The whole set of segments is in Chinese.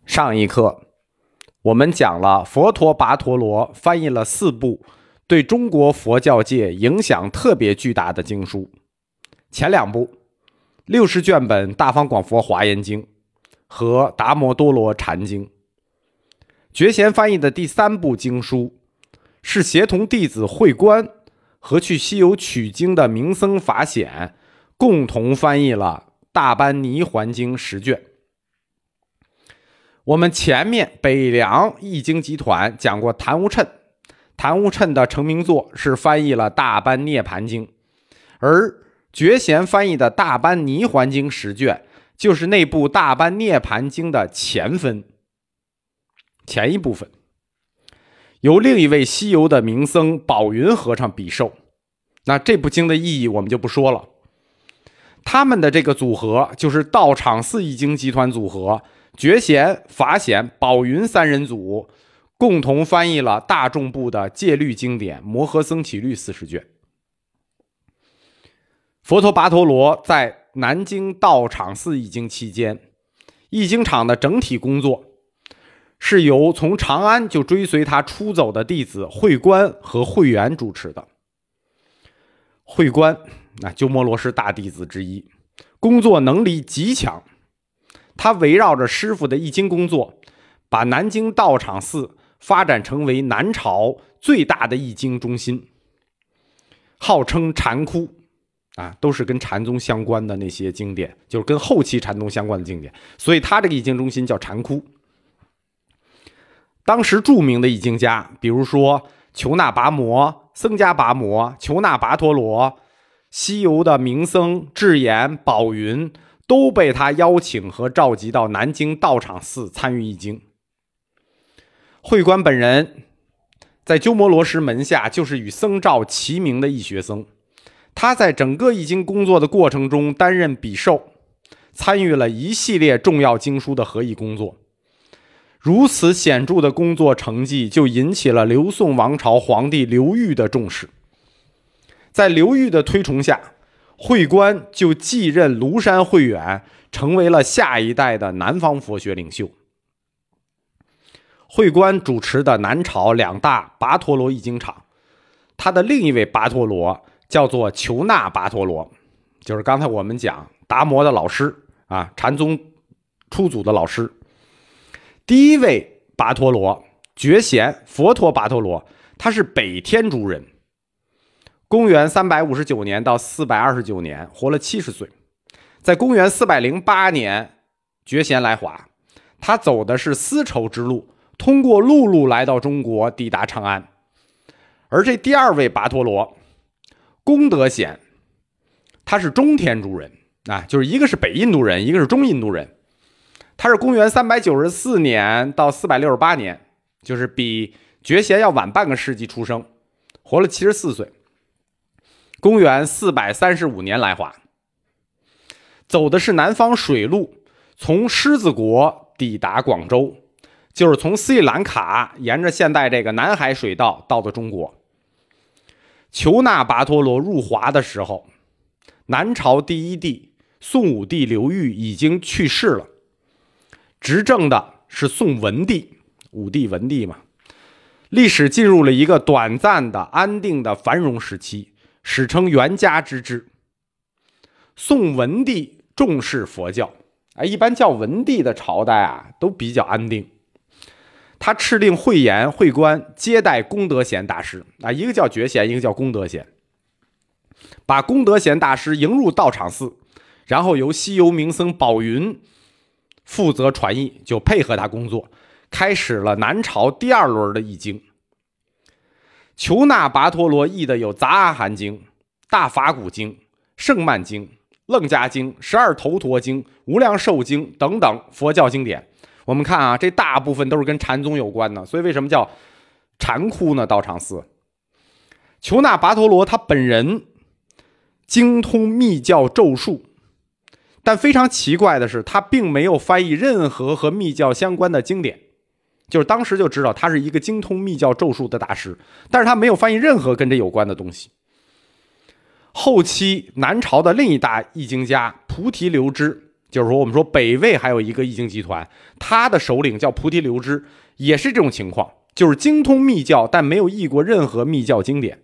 上一课我们讲了佛陀跋陀罗翻译了4部对中国佛教界影响特别巨大的经书，前2部60卷本《大方广佛华严经》和《达摩多罗禅经》。觉贤翻译的第3部经书是协同弟子慧观和去西游取经的明僧法显共同翻译了《大般泥环经》10卷。我们前面北凉译经集团讲过昙无谶，昙无谶的成名作是翻译了《大般涅盘经》，而觉贤翻译的《大般泥环经》10卷就是那部《大般涅盘经》的前一部分，由另一位西游的名僧宝云和尚笔受。那这部经的意义我们就不说了，他们的这个组合就是道场寺译经集团组合，觉贤、法显、宝云3人组共同翻译了大众部的戒律经典《摩诃僧祇律》40卷。佛陀跋陀罗在南京道场寺译经期间，译经场的整体工作是由从长安就追随他出走的弟子慧观和慧远主持的。慧观，鸠摩罗什大弟子之一，工作能力极强，他围绕着师父的译经工作，把南京道场寺发展成为南朝最大的译经中心，号称禅窟都是跟禅宗相关的那些经典，就是跟后期禅宗相关的经典，所以他这个译经中心叫禅窟。当时著名的译经家，比如说求那跋摩、僧伽跋摩、求那跋陀罗、西游的名僧智严、宝云，都被他邀请和召集到南京道场寺参与译经。慧观本人在鸠摩罗什门下就是与僧肇齐名的义学僧，他在整个译经工作的过程中担任笔受，参与了一系列重要经书的合译工作。如此显著的工作成绩就引起了刘宋王朝皇帝刘裕的重视。在刘裕的推崇下，慧观就继任庐山慧远，成为了下一代的南方佛学领袖。慧观主持的南朝2大跋陀罗译经场，他的另一位跋陀罗叫做求那跋陀罗，就是刚才我们讲达摩的老师禅宗出祖的老师。第一位跋陀罗觉贤佛陀跋陀罗，他是北天竺人，公元359年到429年，活了70岁。在公元408年，觉贤来华，他走的是丝绸之路，通过陆路来到中国，抵达长安。而这第2位跋陀罗功德显，他是中天竺人就是一个是北印度人，一个是中印度人。他是公元394年到468年，就是比觉贤要晚半个世纪出生，活了74岁。公元435年来华，走的是南方水路，从狮子国抵达广州，就是从斯里兰卡沿着现在这个南海水道到的中国。求那跋陀罗入华的时候，南朝第1帝宋武帝刘裕已经去世了，执政的是宋文帝，武帝文帝嘛。历史进入了一个短暂的安定的繁荣时期，史称元嘉之治。宋文帝重视佛教，一般叫文帝的朝代都比较安定。他敕令慧严、慧观接待功德显大师一个叫觉贤，一个叫功德显，把功德显大师迎入道场寺，然后由西游名僧宝云负责传译，就配合他工作，开始了南朝第2轮的译经。求那跋陀罗译的有杂阿含经、大法鼓经、圣曼经、楞伽经、12头陀经、无量寿经等等佛教经典。我们看这大部分都是跟禅宗有关的，所以为什么叫禅窟呢？道场寺。求那跋陀罗他本人精通密教咒术，但非常奇怪的是，他并没有翻译任何和密教相关的经典，就是当时就知道他是一个精通密教咒术的大师，但是他没有翻译任何跟这有关的东西。后期南朝的另一大译经家菩提流支就是说我们说北魏还有一个易经集团，他的首领叫菩提流支，也是这种情况，就是精通密教但没有译过任何密教经典。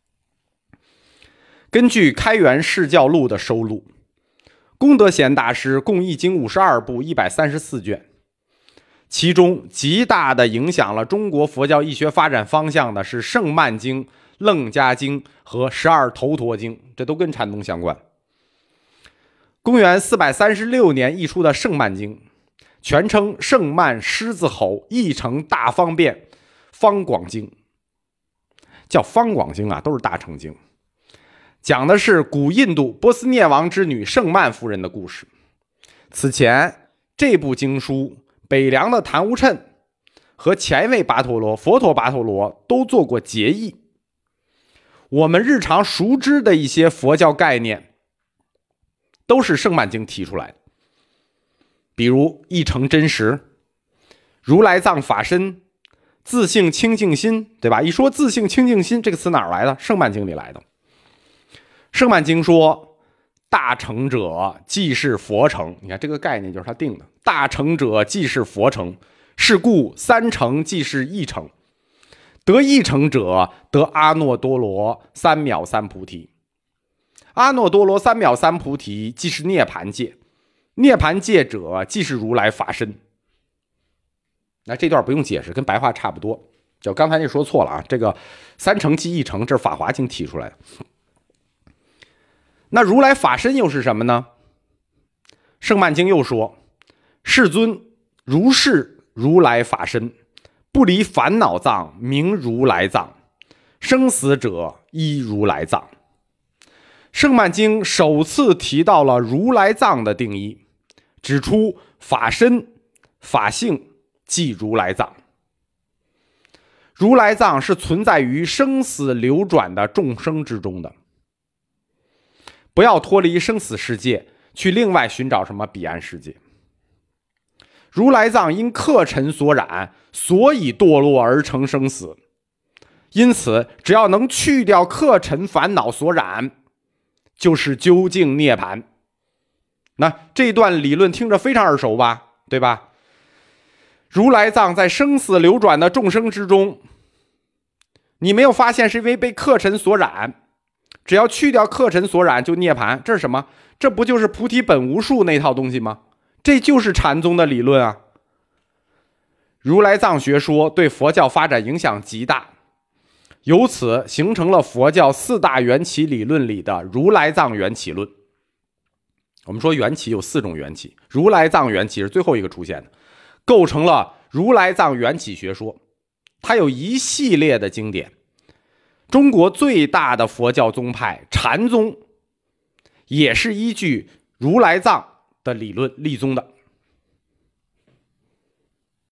根据《开元释教录》的收录，功德贤大师共译经52部134卷，其中极大的影响了中国佛教义学发展方向的是圣曼经、楞伽经和12头陀经，这都跟禅宗相关。公元436年译出的圣曼经，全称圣曼狮子吼译成大方便方广经，叫方广经啊，都是大乘经，讲的是古印度波斯涅王之女圣曼夫人的故事。此前这部经书北凉的昙无谶和前一位跋陀罗佛陀跋陀罗都做过结译。我们日常熟知的一些佛教概念都是圣曼经提出来的，比如一诚真实、如来藏法身、自性清净心，对吧？一说自性清净心这个词哪儿来的？圣曼经里来的。圣曼经说大成者即是佛成，你看这个概念就是他定的，大成者即是佛成，是故三成即是一成，得一成者得阿耨多罗三藐三菩提，阿耨多罗三藐三菩提即是涅槃界，涅槃界者即是如来法身。那这段不用解释，跟白话差不多，就刚才那说错了啊，这个三成即一成，这是法华经提出来的。那如来法身又是什么呢？圣曼经又说，世尊如是如来法身，不离烦恼藏，名如来藏，生死者依如来藏。圣曼经首次提到了如来藏的定义，指出法身法性即如来藏。如来藏是存在于生死流转的众生之中的，不要脱离生死世界去另外寻找什么彼岸世界。如来藏因客尘所染，所以堕落而成生死，因此只要能去掉客尘烦恼所染，就是究竟涅槃。那这段理论听着非常耳熟吧，对吧？如来藏在生死流转的众生之中，你没有发现是因为被客尘所染，只要去掉客尘所染就涅槃，这是什么？这不就是菩提本无树那套东西吗？这就是禅宗的理论啊。如来藏学说对佛教发展影响极大，由此形成了佛教四大缘起理论里的如来藏缘起论。我们说缘起有4种缘起，如来藏缘起是最后一个出现的，构成了如来藏缘起学说。它有一系列的经典，中国最大的佛教宗派禅宗也是依据如来藏的理论立宗的。